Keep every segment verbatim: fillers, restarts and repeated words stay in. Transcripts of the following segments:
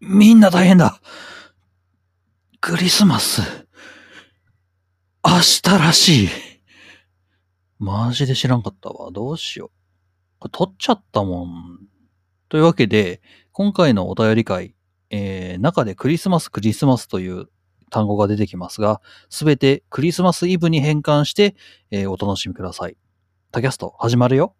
みんな大変だ。クリスマス。明日らしい。マジで知らんかったわ。どうしよう。これ取っちゃったもん。というわけで、今回のお便り会、えー、中でクリスマスクリスマスという単語が出てきますが、すべてクリスマスイブに変換して、えー、お楽しみください。タキャスト始まるよ。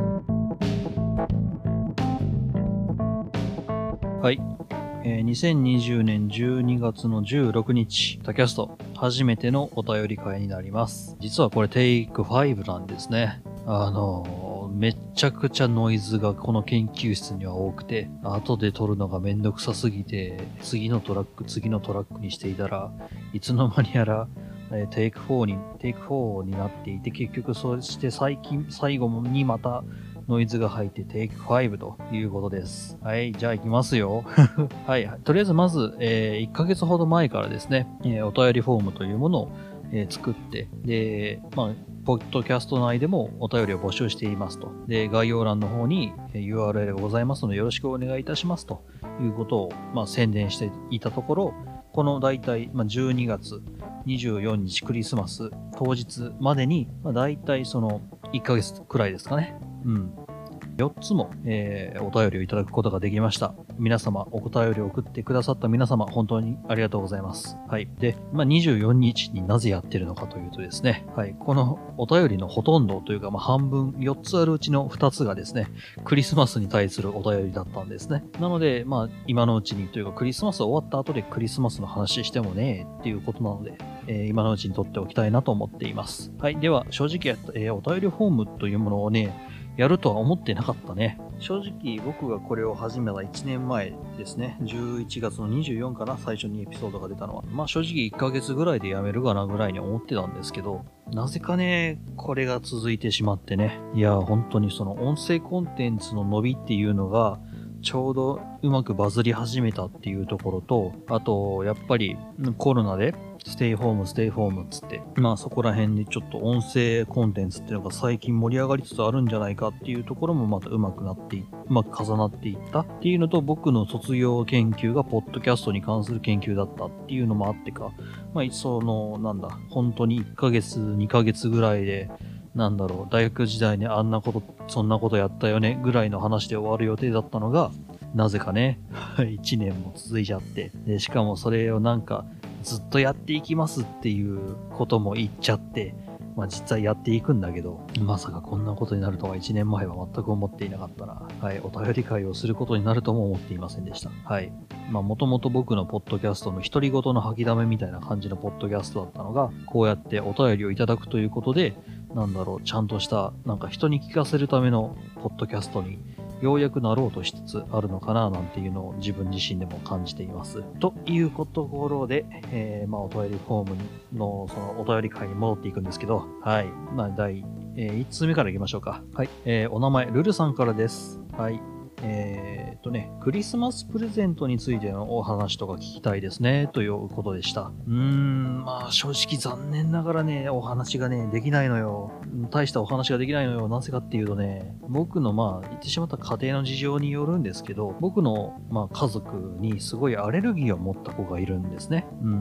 はい。えー、にせんにじゅうねんじゅうにがつのじゅうろくにち、タキャスト初めてのお便り会になります。実はこれテイクファイブなんですね。あのー、めちゃくちゃノイズがこの研究室には多くて、後で撮るのがめんどくさすぎて、次のトラック、次のトラックにしていたらいつの間にやら、えー、テイクフォーに、テイクフォーになっていて、結局そして最近、最後にまたノイズが入ってテイクファイブということです。はい、じゃあ行きますよ。はい、とりあえずまず、えー、いっかげつほど前からですね、えー、お便りフォームというものを、えー、作って、で、まあ、ポッドキャスト内でもお便りを募集していますと。で、概要欄の方に ユーアールエル がございますのでよろしくお願いいたしますということを、まあ、宣伝していたところ、この大体、まあ、じゅうにがつにじゅうよっかクリスマス当日までに、まあ、大体そのいっかげつくらいですかね。うん。よっつも、えー、お便りをいただくことができました。皆様、お便りを送ってくださった皆様、本当にありがとうございます。はい。で、まあ、にじゅうよっかになぜやってるのかというとですね、はい。このお便りのほとんどというか、まあ、半分、よっつあるうちのふたつがですね、クリスマスに対するお便りだったんですね。なので、まあ、今のうちにというか、クリスマス終わった後でクリスマスの話してもね、っていうことなので、えー、今のうちに取っておきたいなと思っています。はい。では、正直、えー、お便りフォームというものをね、やるとは思ってなかったね。正直僕がこれを始めたいちねんまえですね。じゅういちがつのにじゅうよっかかな、最初にエピソードが出たのは。まあ正直いっかげつぐらいでやめるかなぐらいに思ってたんですけど、なぜかね、これが続いてしまってね。いや、本当にその音声コンテンツの伸びっていうのが、ちょうどうまくバズり始めたっていうところと、あと、やっぱりコロナでステイホーム、ステイホームっつって、まあそこら辺でちょっと音声コンテンツっていうのが最近盛り上がりつつあるんじゃないかっていうところもまたうまくなってい、うまく重なっていったっていうのと、僕の卒業研究がポッドキャストに関する研究だったっていうのもあってか、まあその、なんだ、本当にいっかげつ、にかげつぐらいで、なんだろう、大学時代にあんなこと、そんなことやったよね、ぐらいの話で終わる予定だったのが、なぜかね、いちねんも続いちゃって、で、しかもそれをなんか、ずっとやっていきますっていうことも言っちゃって、まあ実際やっていくんだけど、まさかこんなことになるとはいちねんまえは全く思っていなかったな。はい、お便り会をすることになるとも思っていませんでした。はい。まあもともと僕のポッドキャストの独り言の吐きだめみたいな感じのポッドキャストだったのが、こうやってお便りをいただくということで、なんだろう、ちゃんとした、なんか人に聞かせるためのポッドキャストにようやくなろうとしつつあるのかななんていうのを自分自身でも感じています。というところで、えー、まあお便りフォームのそのお便り会に戻っていくんですけど、はい。まあ第、えー、いちつめからいきましょうか。はい。えー、お名前、ルルさんからです。はい。えー、っとね、クリスマスプレゼントについてのお話とか聞きたいですね、ということでした。うーん、まあ正直残念ながらね、お話がね、できないのよ。大したお話ができないのよ。なぜかっていうとね、僕のまあ言ってしまった家庭の事情によるんですけど、僕のまあ家族にすごいアレルギーを持った子がいるんですね。うん。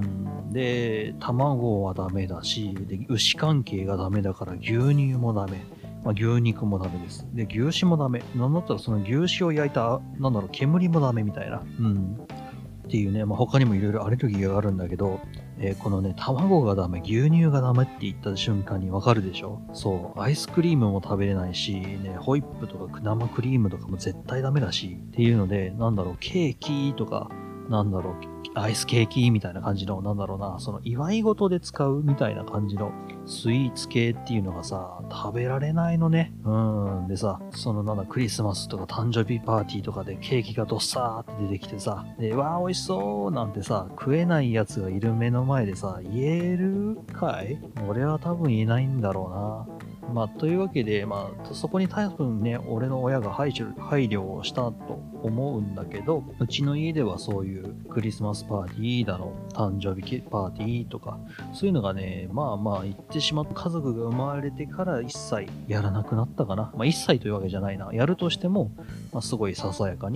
で、卵はダメだし、で牛関係がダメだから牛乳もダメ。まあ、牛肉もダメです。で、牛脂もダメ。なんだったらその牛脂を焼いた、なんだろう、煙もダメみたいな。うん。っていうね、まあ、他にもいろいろアレルギーがあるんだけど、えー、このね、卵がダメ、牛乳がダメって言った瞬間にわかるでしょ？そう、アイスクリームも食べれないし、ね、ホイップとか生クリームとかも絶対ダメだし、っていうので、なんだろう、ケーキとか、なんだろう、アイスケーキみたいな感じの、なんだろうな、その祝い事で使うみたいな感じのスイーツ系っていうのがさ、食べられないのね。うん。でさ、そのなんだ、クリスマスとか誕生日パーティーとかでケーキがどっさーって出てきてさ、で、わー美味しそうなんてさ、食えないやつがいる目の前でさ、言えるかい？俺は多分言えないんだろうな。まあ、というわけで、まあ、そこに多分ね、俺の親が配慮配慮をしたと思うんだけど、うちの家ではそういうクリスマスパーティーだの、誕生日パーティーとか、そういうのがね、まあまあ言ってしまった家族が生まれてから一切やらなくなったかな。まあ一切というわけじゃないな。やるとしても、まあすごいささやかに、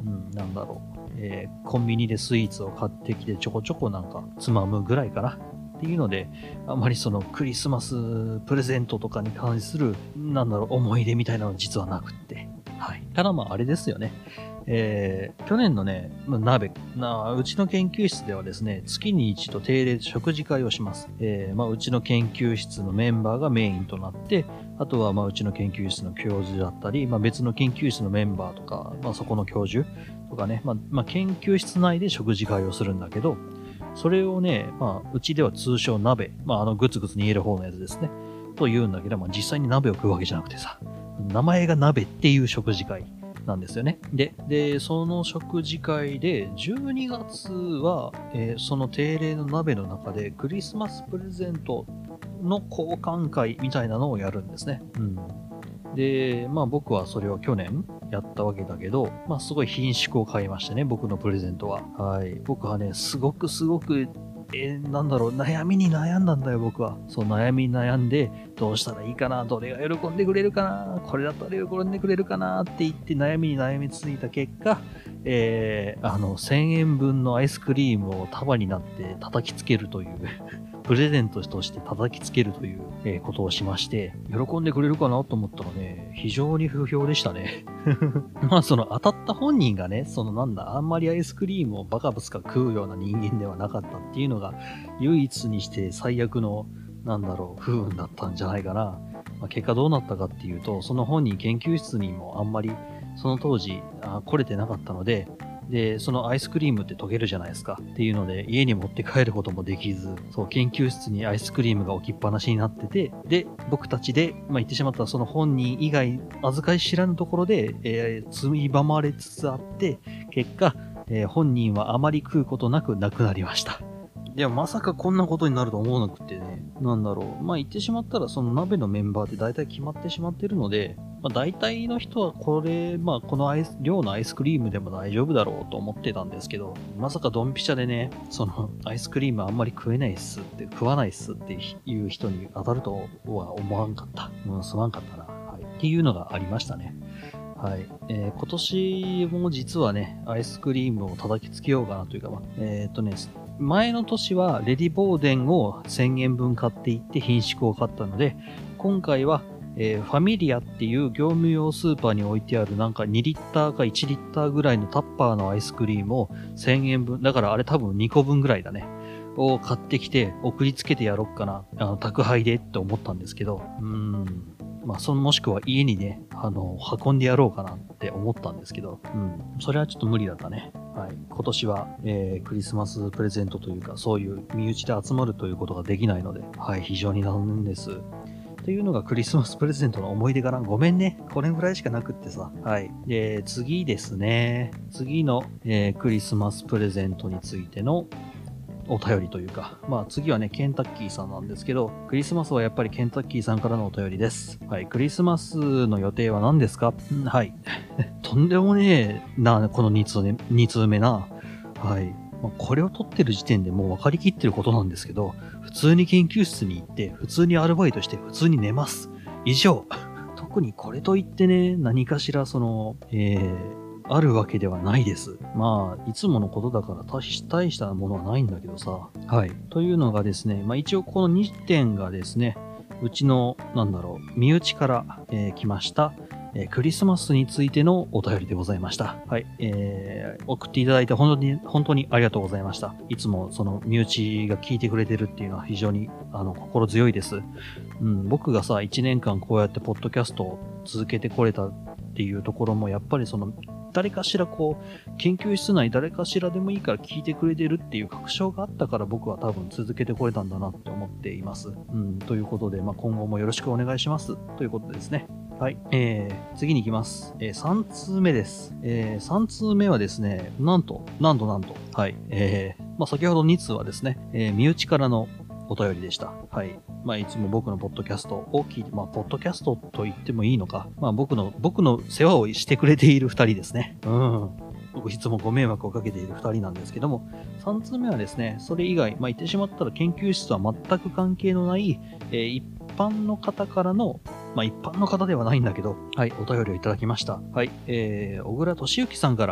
うん、なんだろう、えー、コンビニでスイーツを買ってきてちょこちょこなんかつまむぐらいかなっていうので、あんまりそのクリスマスプレゼントとかに関する、なんだろう、思い出みたいなのは実はなくって。はい。ただまああれですよね。えー、去年のね、鍋な、うちの研究室ではですね、月に一度定例で食事会をします。えー、まあ、うちの研究室のメンバーがメインとなって、あとはまあうちの研究室の教授だったり、まあ、別の研究室のメンバーとか、まあ、そこの教授とかね、まあ、まあ、研究室内で食事会をするんだけど、それをね、まあ、うちでは通称鍋、まあ、あのグツグツ煮える方のやつですね、と言うんだけど、まあ、実際に鍋を食うわけじゃなくてさ、名前が鍋っていう食事会なんですよね。で、で、その食事会で、じゅうにがつは、えー、その定例の鍋の中で、クリスマスプレゼントの交換会みたいなのをやるんですね。うん。で、まあ僕はそれを去年やったわけだけど、まあすごい品種を買いましてね、僕のプレゼントは。はい。僕はね、すごくすごく、えー、なんだろう、悩みに悩んだんだよ、僕は。そう、悩みに悩んで、どうしたらいいかな、どれが喜んでくれるかな、これだったら喜んでくれるかなって言って悩みに悩みついた結果、えー、あの、せんえんぶんのアイスクリームを束になって叩きつけるというプレゼントとして叩きつけるという、えー、ことをしまして、喜んでくれるかなと思ったらね、非常に不評でしたね。まあその当たった本人がね、そのなんだ、あんまりアイスクリームをバカブスカ食うような人間ではなかったっていうのが、唯一にして最悪の、なんだろう、不運だったんじゃないかな。まあ、結果どうなったかっていうと、その本人研究室にもあんまりその当時あ来れてなかったので、で、そのアイスクリームって溶けるじゃないですか。っていうので、家に持って帰ることもできず、そう、研究室にアイスクリームが置きっぱなしになってて、で、僕たちで、まあ、言ってしまったらその本人以外、預かり知らぬところで、えー、ついばまれつつあって、結果、えー、本人はあまり食うことなく亡くなりました。でもまさかこんなことになると思わなくてね、なんだろう。まあ言ってしまったらその鍋のメンバーって大体決まってしまってるので、まあ大体の人はこれ、まあこのアイス、量のアイスクリームでも大丈夫だろうと思ってたんですけど、まさかドンピシャでね、そのアイスクリームあんまり食えないっすって、食わないっすっていう人に当たるとは思わんかった。うん、すまんかったな。はい。っていうのがありましたね。はい。えー、今年も実はね、アイスクリームを叩きつけようかなというか、まあ、えー、っとね、前の年はレディボーデンをせんえんぶん買っていって品種を買ったので、今回は、えー、ファミリアっていう業務用スーパーに置いてあるなんかにリッターかいちリッターぐらいのタッパーのアイスクリームをせんえんぶん、だからあれ多分にこぶんぐらいだね。を買ってきて送りつけてやろっかな。あの、宅配でって思ったんですけど、うーん。まあ、そのもしくは家にね、あの、運んでやろうかなって思ったんですけど、うん。それはちょっと無理だったね。はい。今年は、えー、クリスマスプレゼントというか、そういう身内で集まるということができないので、はい、非常に残念です。っていうのがクリスマスプレゼントの思い出かな。ごめんね。これぐらいしかなくってさ。はい。で、次ですね。次の、えー、クリスマスプレゼントについてのお便りというか、まあ次はね、ケンタッキーさんなんですけど、クリスマスはやっぱりケンタッキーさんからのお便りです。はい、クリスマスの予定は何ですか？んはい。とんでもねえな、このに通目、に通目な。はい。まあ、これを撮ってる時点でもう分かりきってることなんですけど、普通に研究室に行って、普通にアルバイトして、普通に寝ます。以上。特にこれといってね、何かしらその、えー、あるわけではないです。まあ、いつものことだから大したものはないんだけどさ。はい。というのがですね、まあ一応このにてんがですね、うちの、なんだろう、身内から、えー、来ました、えー、クリスマスについてのお便りでございました。はい。えー、送っていただいて本当に、本当にありがとうございました。いつもその身内が聞いてくれてるっていうのは非常に、あの、心強いです。うん、僕がさ、いちねんかんこうやってポッドキャストを続けてこれたっていうところも、やっぱりその、誰かしらこう、研究室内誰かしらでもいいから聞いてくれてるっていう確証があったから僕は多分続けてこれたんだなって思っています。うん、ということで、まあ、今後もよろしくお願いします。ということですね。はい。えー、次に行きます。えー、さん通目です。えー、さん通目はですね、なんと、なんとなんと、はい。えー、まあ、先ほどに通はですね、えー、身内からのお便りでした。はい。まあ、いつも僕のポッドキャストを聞いて、まあ、ポッドキャストと言ってもいいのか。まあ、僕の、僕の世話をしてくれている二人ですね。うん。僕いつもご迷惑をかけている二人なんですけども、さん通目はですね、それ以外、まあ、言ってしまったら研究室とは全く関係のない、えー、一般の方からの、まあ、一般の方ではないんだけど、はい、お便りをいただきました。はい、えー、小倉俊之さんから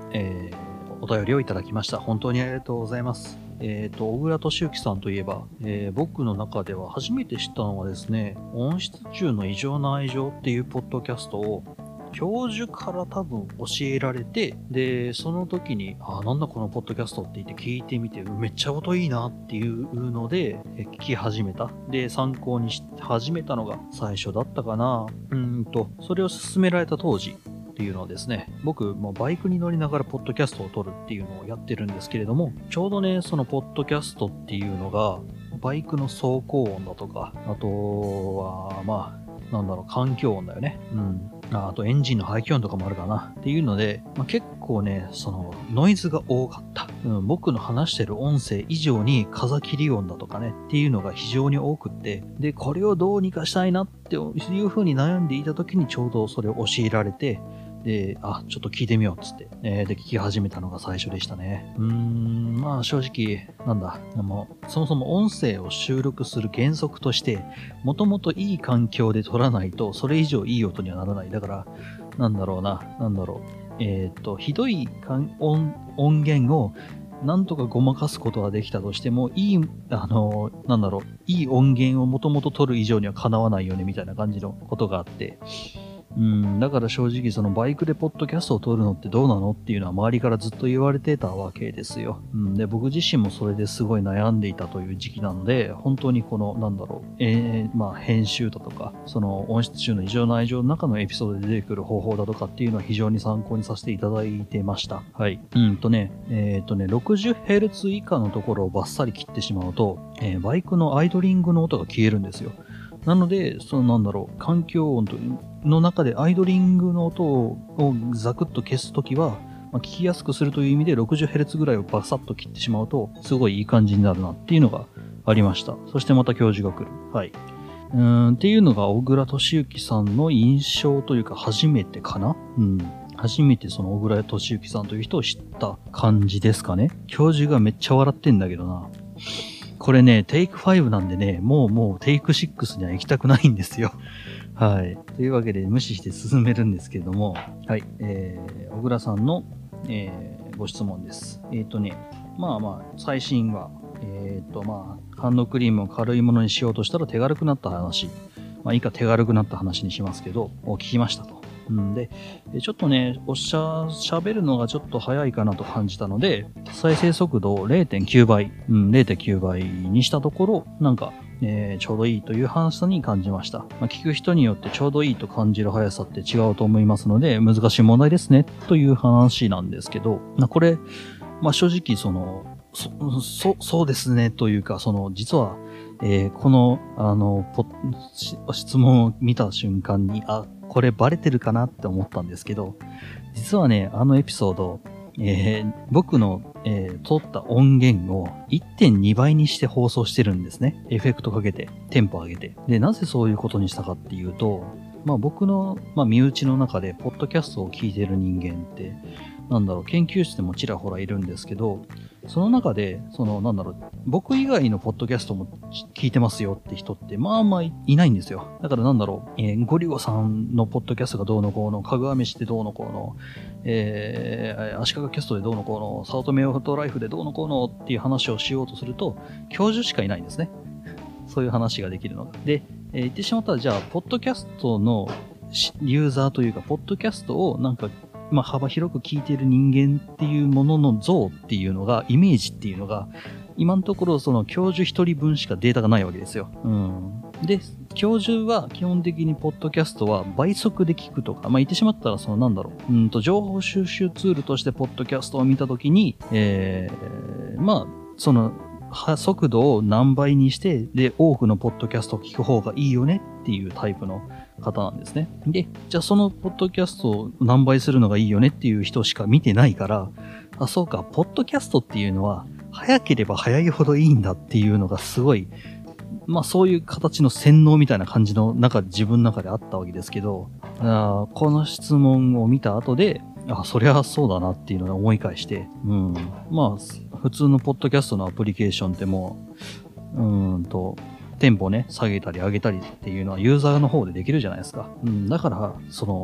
えー、お便りをいただきました。本当にありがとうございます。えっ、ー、と、小倉俊之さんといえば、えー、僕の中では初めて知ったのはですね、温室中の異常な愛情っていうポッドキャストを教授から多分教えられて、で、その時に、あ、なんだこのポッドキャストって言って聞いてみて、めっちゃ音いいなっていうので、聞き始めた。で、参考にし始めたのが最初だったかな。うーんと、それを勧められた当時っていうのはですね、僕、もうバイクに乗りながらポッドキャストを撮るっていうのをやってるんですけれども、ちょうどね、そのポッドキャストっていうのが、バイクの走行音だとか、あとは、まあ、なんだろう、環境音だよね。うん。あ, あとエンジンの排気音とかもあるかなっていうので、まあ、結構ね、そのノイズが多かった、うん。僕の話してる音声以上に風切り音だとかねっていうのが非常に多くって、で、これをどうにかしたいなっていう風に悩んでいた時にちょうどそれを教えられて、で、あ、ちょっと聞いてみようっつって、えー、で、聞き始めたのが最初でしたね。うーん、まあ正直、なんだ、もう、そもそも音声を収録する原則として、もともといい環境で撮らないと、それ以上いい音にはならない。だから、なんだろうな、なんだろう。えっと、ひどい音、音源を、なんとかごまかすことはできたとしても、いい、あの、なんだろう、いい音源をもともと取る以上にはかなわないよね、みたいな感じのことがあって、うん、だから正直そのバイクでポッドキャストを撮るのってどうなのっていうのは周りからずっと言われてたわけですよ。うん、で、僕自身もそれですごい悩んでいたという時期なので、本当にこの、なんだろう、えー、まあ編集だとか、その音質中の異常な愛情の中のエピソードで出てくる方法だとかっていうのは非常に参考にさせていただいてました。はい。うんとね、えっとね、ろくじゅっヘルツ 以下のところをバッサリ切ってしまうと、えー、バイクのアイドリングの音が消えるんですよ。なので、そのなんだろう、環境音の中でアイドリングの音をザクッと消すときは、まあ、聞きやすくするという意味で ろくじゅっヘルツ ぐらいをバサッと切ってしまうと、すごいいい感じになるなっていうのがありました。そしてまた教授が来る。はい。うーんっていうのが小倉俊之さんの印象というか初めてかな。うん。初めてその小倉俊之さんという人を知った感じですかね。教授がめっちゃ笑ってんだけどな。これね、テイクファイブなんでね、もうもうテイクシックスには行きたくないんですよ。はい。というわけで無視して進めるんですけれども、はい。えー、小倉さんの、えー、ご質問です。えっとね、まあまあ、最新は、えっとまあ、ハンドクリームを軽いものにしようとしたら手軽くなった話。まあ、以下手軽くなった話にしますけど、聞きましたと。うんで、ちょっとね、おっしゃ、喋るのがちょっと早いかなと感じたので、再生速度を れいてんきゅうばい、うん、れいてんきゅうばいにしたところ、なんか、えー、ちょうどいいという速さに感じました。まあ、聞く人によってちょうどいいと感じる速さって違うと思いますので、難しい問題ですね、という話なんですけど、まあ、これ、まあ、正直その、そ、そ、そうですね、というか、その、実は、えー、この、あの、ポ質問を見た瞬間に、あ、これバレてるかなって思ったんですけど、実はね、あのエピソード、えー、僕の、えー、撮った音源を いってんにばいにして放送してるんですね。エフェクトかけて、テンポ上げて。で、なぜそういうことにしたかっていうと、まあ僕の、まあ身内の中で、ポッドキャストを聞いてる人間って、なんだろう、研究室でもちらほらいるんですけど、その中で、その、なんだろう、僕以外のポッドキャストも聞いてますよって人って、まあまあいないんですよ。だからなんだろう、えー、ゴリゴさんのポッドキャストがどうのこうの、かぐわ飯でどうのこうの、えー、足利キャストでどうのこうの、サウトメオフトライフでどうのこうのっていう話をしようとすると、教授しかいないんですね。そういう話ができるのが。で、えー、言ってしまったら、じゃあ、ポッドキャストのユーザーというか、ポッドキャストをなんか、まあ、幅広く聞いている人間っていうものの像っていうのが、イメージっていうのが、今のところその教授一人分しかデータがないわけですよ。うん。で、教授は基本的にポッドキャストは倍速で聞くとか、まあ、言ってしまったらそのなんだろう、うんと情報収集ツールとしてポッドキャストを見たときに、えー、まあ、その、速度を何倍にして、で、多くのポッドキャストを聞く方がいいよねっていうタイプの方なんですね。で、じゃあそのポッドキャストを何倍するのがいいよねっていう人しか見てないから、あ、そうか、ポッドキャストっていうのは、早ければ早いほどいいんだっていうのがすごい、まあそういう形の洗脳みたいな感じの中で自分の中であったわけですけど、あこの質問を見た後で、あ、そりゃそうだなっていうのを思い返して、うん。まあ、普通のポッドキャストのアプリケーションってもう、うーんと、テンポね、下げたり上げたりっていうのはユーザーの方でできるじゃないですか。うん。だから、その、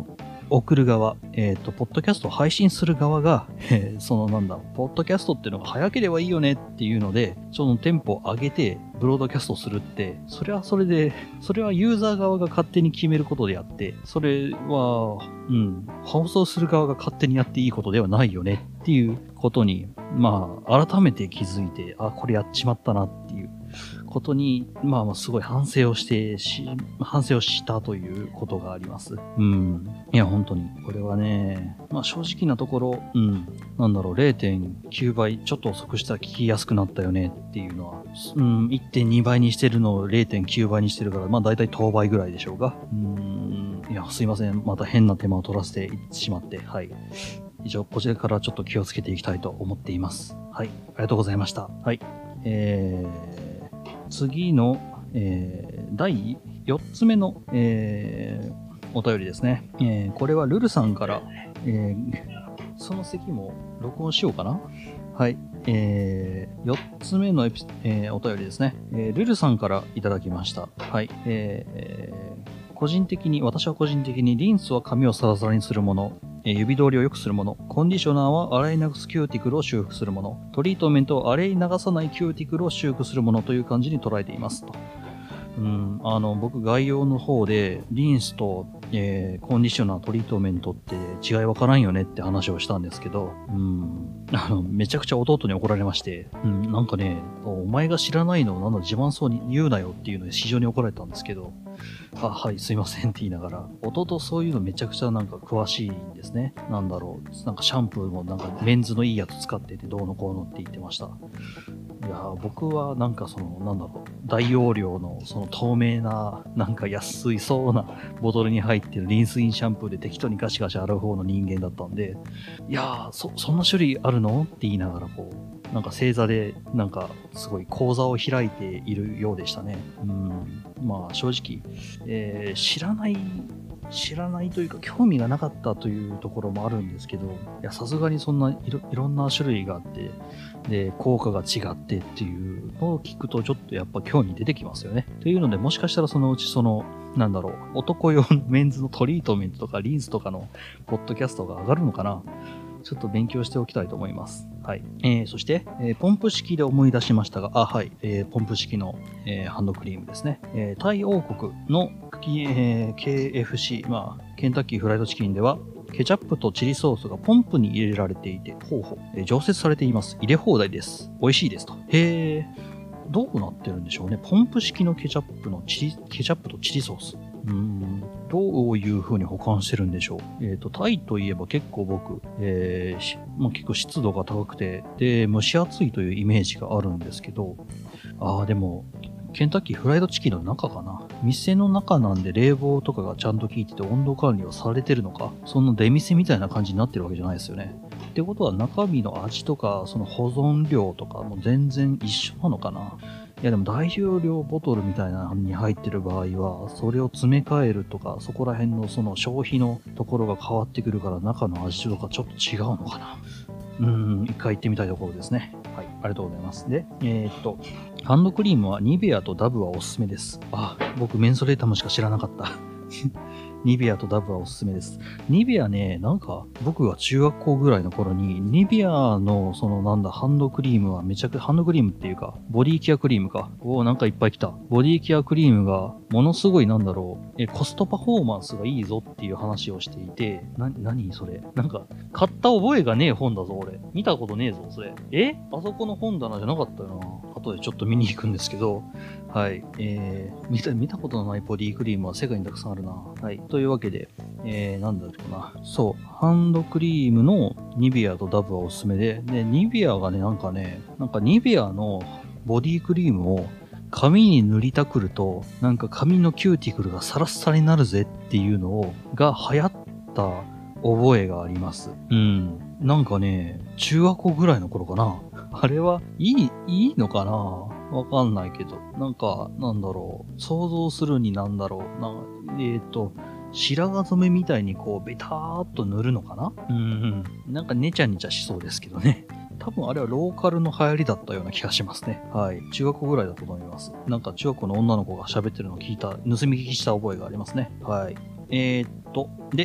送る側、えっと、ポッドキャストを配信する側が、えーそのなんだ、ポッドキャストっていうのが早ければいいよねっていうので、そのテンポを上げて、ブロードキャストするって、それはそれで、それはユーザー側が勝手に決めることであって、それは、うん、放送する側が勝手にやっていいことではないよねっていうことに、まあ、改めて気づいて、あ、これやっちまったなっていうことに、まあまあすごい反省をしてし、反省をしたということがあります。うん。いや、本当に。これはね、まあ正直なところ、うん。なんだろう、れいてんきゅうばい、ちょっと遅くしたら聞きやすくなったよねっていうのは、うん、いってんにばいにしてるのを れいてんきゅうばいにしてるから、まあ大体等倍ぐらいでしょうか。うん。いや、すいません。また変な手間を取らせてしまって、はい。以上、こちらからちょっと気をつけていきたいと思っています。はい。ありがとうございました。はい。えー、次の、えー、だいよっつめの、えー、お便りですね。えー、これはルルさんから、えー、その席も録音しようかな。はい。えー、よっつめのエピ、えー、お便りですね。えー、ルルさんからいただきました。はい。えー、個人的に、私は個人的にリンスは髪をサラサラにするもの、指通りを良くするもの、コンディショナーは洗い流すキューティクルを修復するもの、トリートメントは洗い流さないキューティクルを修復するものという感じに捉えていますと。うん、あの僕概要の方でリンスと、えー、コンディショナートリートメントって違いわからんよねって話をしたんですけど、うん、あのめちゃくちゃ弟に怒られまして、うん、なんかね、お前が知らないのをなんだ自慢そうに言うなよっていうので非常に怒られたんですけど、あ、はい、すいませんって言いながら、弟そういうのめちゃくちゃなんか詳しいんですね。なんだろう、なんかシャンプーもなんかメンズのいいやつ使っててどうのこうのって言ってました。いやー、僕はなんかその、なんだろう、大容量のその透明な、なんか安いそうなボトルに入ってるリンスインシャンプーで適当にガシガシ洗う方の人間だったんで、いやー、そ、そんな種類あるのって言いながらこう、なんか正座でなんかすごい講座を開いているようでしたね。うん、まあ正直、えー、知らない知らないというか興味がなかったというところもあるんですけど、いやさすがにそんないろ、いろんな種類があって、で効果が違ってっていうのを聞くとちょっとやっぱ興味出てきますよね。というのでもしかしたらそのうちそのなんだろう、男用のメンズのトリートメントとかリンスとかのポッドキャストが上がるのかな。ちょっと勉強しておきたいと思います。はい。えー、そして、えー、ポンプ式で思い出しましたが、あ、はい。えー、ポンプ式の、えー、ハンドクリームですね。えー、タイ王国の、えー、ケーエフシー、まあ、ケンタッキーフライドチキンでは、ケチャップとチリソースがポンプに入れられていて、ほうほう、えー、常設されています。入れ放題です。美味しいですと。へー。どうなってるんでしょうね。ポンプ式のケチャップのチリ、ケチャップとチリソース。うーん、どういう風に保管してるんでしょう。えっと、タイといえば結構僕、えーまあ、結構湿度が高くて、で、蒸し暑いというイメージがあるんですけど、ああ、でも、ケンタッキーフライドチキンの中かな。店の中なんで冷房とかがちゃんと効いてて温度管理はされてるのか。そんな出店みたいな感じになってるわけじゃないですよね。ってことは中身の味とか、その保存量とかも全然一緒なのかな。いやでも大容量ボトルみたいなのに入ってる場合は、それを詰め替えるとか、そこら辺のその消費のところが変わってくるから中の味とかちょっと違うのかな。うーん、一回行ってみたいところですね。はい、ありがとうございます。で、えー、っと、ハンドクリームはニベアとダブはおすすめです。あ、僕メンソレータムしか知らなかった。ニベアとダブはおすすめです。ニベアね、なんか僕が中学校ぐらいの頃に、ニベアのそのなんだ、ハンドクリームはめちゃくちゃ、ハンドクリームっていうか、ボディケアクリームか。おー、なんかいっぱい来た。ボディケアクリームがものすごいなんだろう、え、コストパフォーマンスがいいぞっていう話をしていて、な、なにそれ。なんか、買った覚えがねえ本だぞ、俺。見たことねえぞ、それ。えあそこの本棚じゃなかったよな。後でちょっと見に行くんですけど、はい。えー、見た、見たことのないボディクリームは世界にたくさんあるな。はい。というわけで、えー、なんだろうな。そう。ハンドクリームのニベアとダブはおすすめで、で、ニベアがね、なんかね、なんかニベアのボディクリームを髪に塗りたくると、なんか髪のキューティクルがサラッサラになるぜっていうのを、が流行った覚えがあります。うん。なんかね、中学校ぐらいの頃かな。あれはいい、いいのかなわかんないけど。なんか、なんだろう。想像するになんだろう。なえっ、ー、と、白髪染めみたいにこう、ベターっと塗るのかなうん、うん。なんかねちゃねちゃしそうですけどね。多分あれはローカルの流行りだったような気がしますね。はい。中学校ぐらいだと思います。なんか中学校の女の子が喋ってるのを聞いた、盗み聞きした覚えがありますね。はい。えー、っと、で、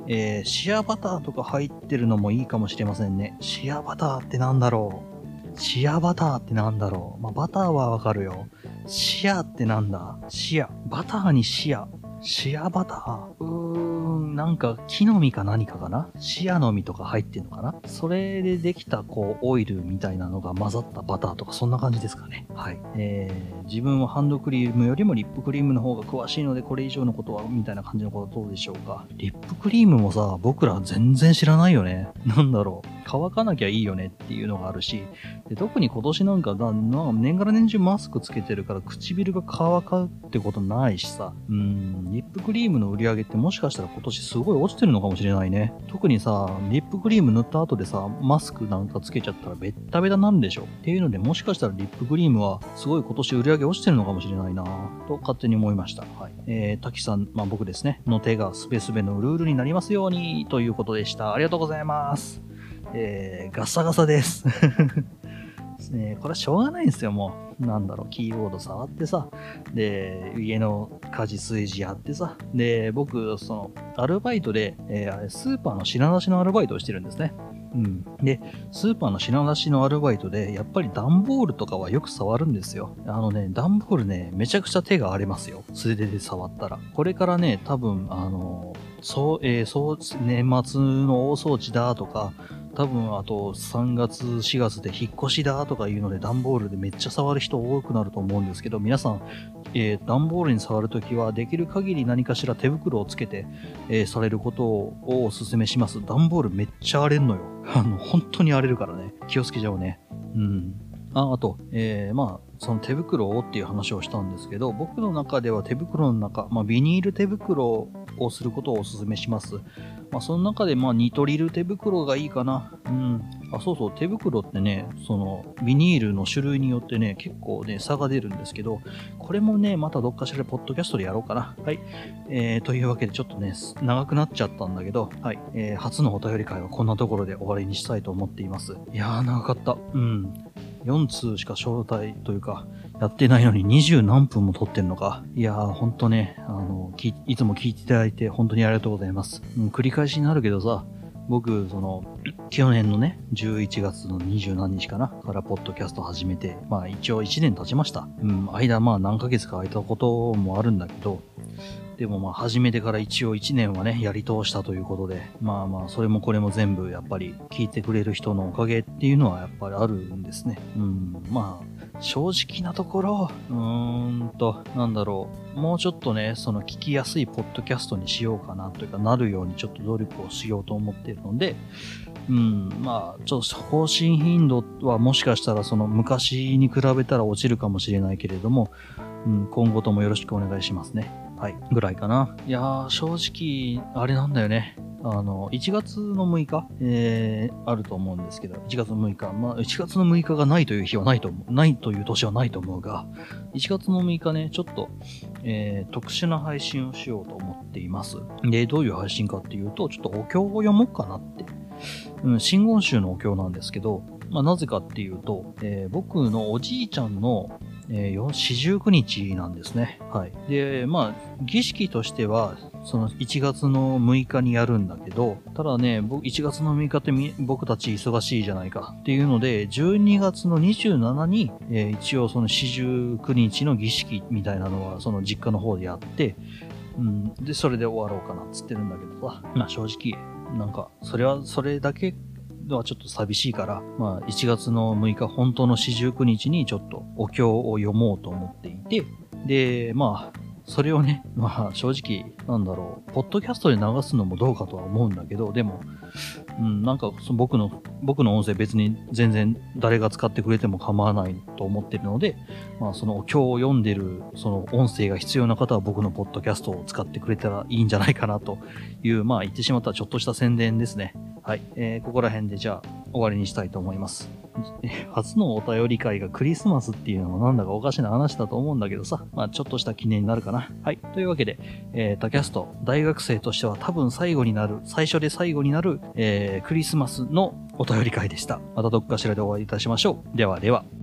えー、シアバターとか入ってるのもいいかもしれませんね。シアバターってなんだろう。シアバターってなんだろう。まあ、バターはわかるよ。シアってなんだ。シア。バターにシア。シアバター。うーん、なんか木の実か何かかな。シアの実とか入ってんのかな。それでできたこうオイルみたいなのが混ざったバターとかそんな感じですかね。はい。えー、自分はハンドクリームよりもリップクリームの方が詳しいのでこれ以上のことはみたいな感じのことはどうでしょうか。リップクリームもさ、僕ら全然知らないよね。なんだろう。乾かなきゃいいよねっていうのがあるし、で特に今年なんかだなんか年がら年中マスクつけてるから唇が乾くってことないしさ、うーん、リップクリームの売り上げってもしかしたら今年すごい落ちてるのかもしれないね。特にさ、リップクリーム塗った後でさ、マスクなんかつけちゃったらベッタベタなんでしょっていうので、もしかしたらリップクリームはすごい今年売り上げ落ちてるのかもしれないなと勝手に思いました。はい。えー、滝さん、まあ僕ですね、の手がスベスベのルールになりますようにということでした。ありがとうございます。えー、ガサガサです。ね、これはしょうがないんですよ、もう。なんだろう、キーボード触ってさ、で、家の家事炊事やってさ、で、僕、その、アルバイトで、えー、スーパーの品出しのアルバイトをしてるんですね。うん。で、スーパーの品出しのアルバイトで、やっぱり段ボールとかはよく触るんですよ。あのね、段ボールね、めちゃくちゃ手が荒れますよ。素手で触ったら。これからね、多分、あの、そう、えー、そう、年末の大掃除だとか、多分あとさんがつしがつで引っ越しだとかいうので段ボールでめっちゃ触る人多くなると思うんですけど、皆さん、えー、段ボールに触るときはできる限り何かしら手袋をつけて、えー、されることをお勧めします。段ボールめっちゃ荒れるのよ。あの本当に荒れるからね、気をつけちゃおうね。うん。あ、あと、えー、まあ、その手袋をっていう話をしたんですけど、僕の中では手袋の中、まあ、ビニール手袋をすることをお勧めします。まあ、その中で、まあ、ニトリル手袋がいいかな。うん。あ、そうそう、手袋ってね、その、ビニールの種類によってね、結構ね、差が出るんですけど、これもね、またどっかしらポッドキャストでやろうかな。はい。えー、というわけで、ちょっとね、長くなっちゃったんだけど、はい。えー、初のお便り会はこんなところで終わりにしたいと思っています。いやー、長かった。うん。よん通しか招待というか、やってないのににじゅう何分も撮ってんのか。いやー、ほんとね、あの、きいつも聞いていただいて本当にありがとうございます。うん、繰り返しになるけどさ、僕、その、去年のね、じゅういちがつのにじゅう何日かなからポッドキャスト始めて、まあ一応いちねん経ちました。うん、間まあ何ヶ月か空いたこともあるんだけど、でもまあ始めてから一応いちねんはね、やり通したということで、まあまあそれもこれも全部やっぱり聞いてくれる人のおかげっていうのはやっぱりあるんですね。うん、まあ正直なところ、うーんと、なんだろう、もうちょっとね、その聞きやすいポッドキャストにしようかなというかなるようにちょっと努力をしようと思っているので、うん、まあ、ちょっと更新頻度はもしかしたらその昔に比べたら落ちるかもしれないけれども、うん、今後ともよろしくお願いしますね。はい。ぐらいかな。いやー、正直、あれなんだよね。あの、いちがつのむいか、えー、あると思うんですけど、いちがつのむいか、まあ、いちがつのむいかがないという日はないと思う、ないという年はないと思うが、いちがつのむいかね、ちょっと、えー、特殊な配信をしようと思っています。で、どういう配信かっていうと、ちょっとお経を読もうかなって。うん、真言宗のお経なんですけど、まあ、なぜかっていうと、えー、僕のおじいちゃんのえー、四十九日なんですね。はい。で、まあ、儀式としては、そのいちがつのむいかにやるんだけど、ただね、いちがつのむいかって僕たち忙しいじゃないかっていうので、じゅうにがつのにじゅうしちに、えー、一応その四十九日の儀式みたいなのは、その実家の方でやって、うん、で、それで終わろうかなっつってるんだけどさ、まあ正直、なんか、それはそれだけ、はちょっと寂しいから、まあいちがつのむいか本当の四十九日にちょっとお経を読もうと思っていて、で、まあ、それをね、まあ正直、なんだろう、ポッドキャストで流すのもどうかとは思うんだけど、でも、うん、なんかその僕の、僕の音声別に全然誰が使ってくれても構わないと思ってるので、まあそのお経を読んでるその音声が必要な方は僕のポッドキャストを使ってくれたらいいんじゃないかなという、まあ言ってしまったらちょっとした宣伝ですね。はい。えー、ここら辺でじゃあ終わりにしたいと思います。初のお便り会がクリスマスっていうのもなんだかおかしな話だと思うんだけどさ、まあちょっとした記念になるかな。はい。というわけで、えー、タキャスト、大学生としては多分最後になる、最初で最後になる、えー、クリスマスのお便り会でした。またどっかしらでお会いいたしましょう。ではでは。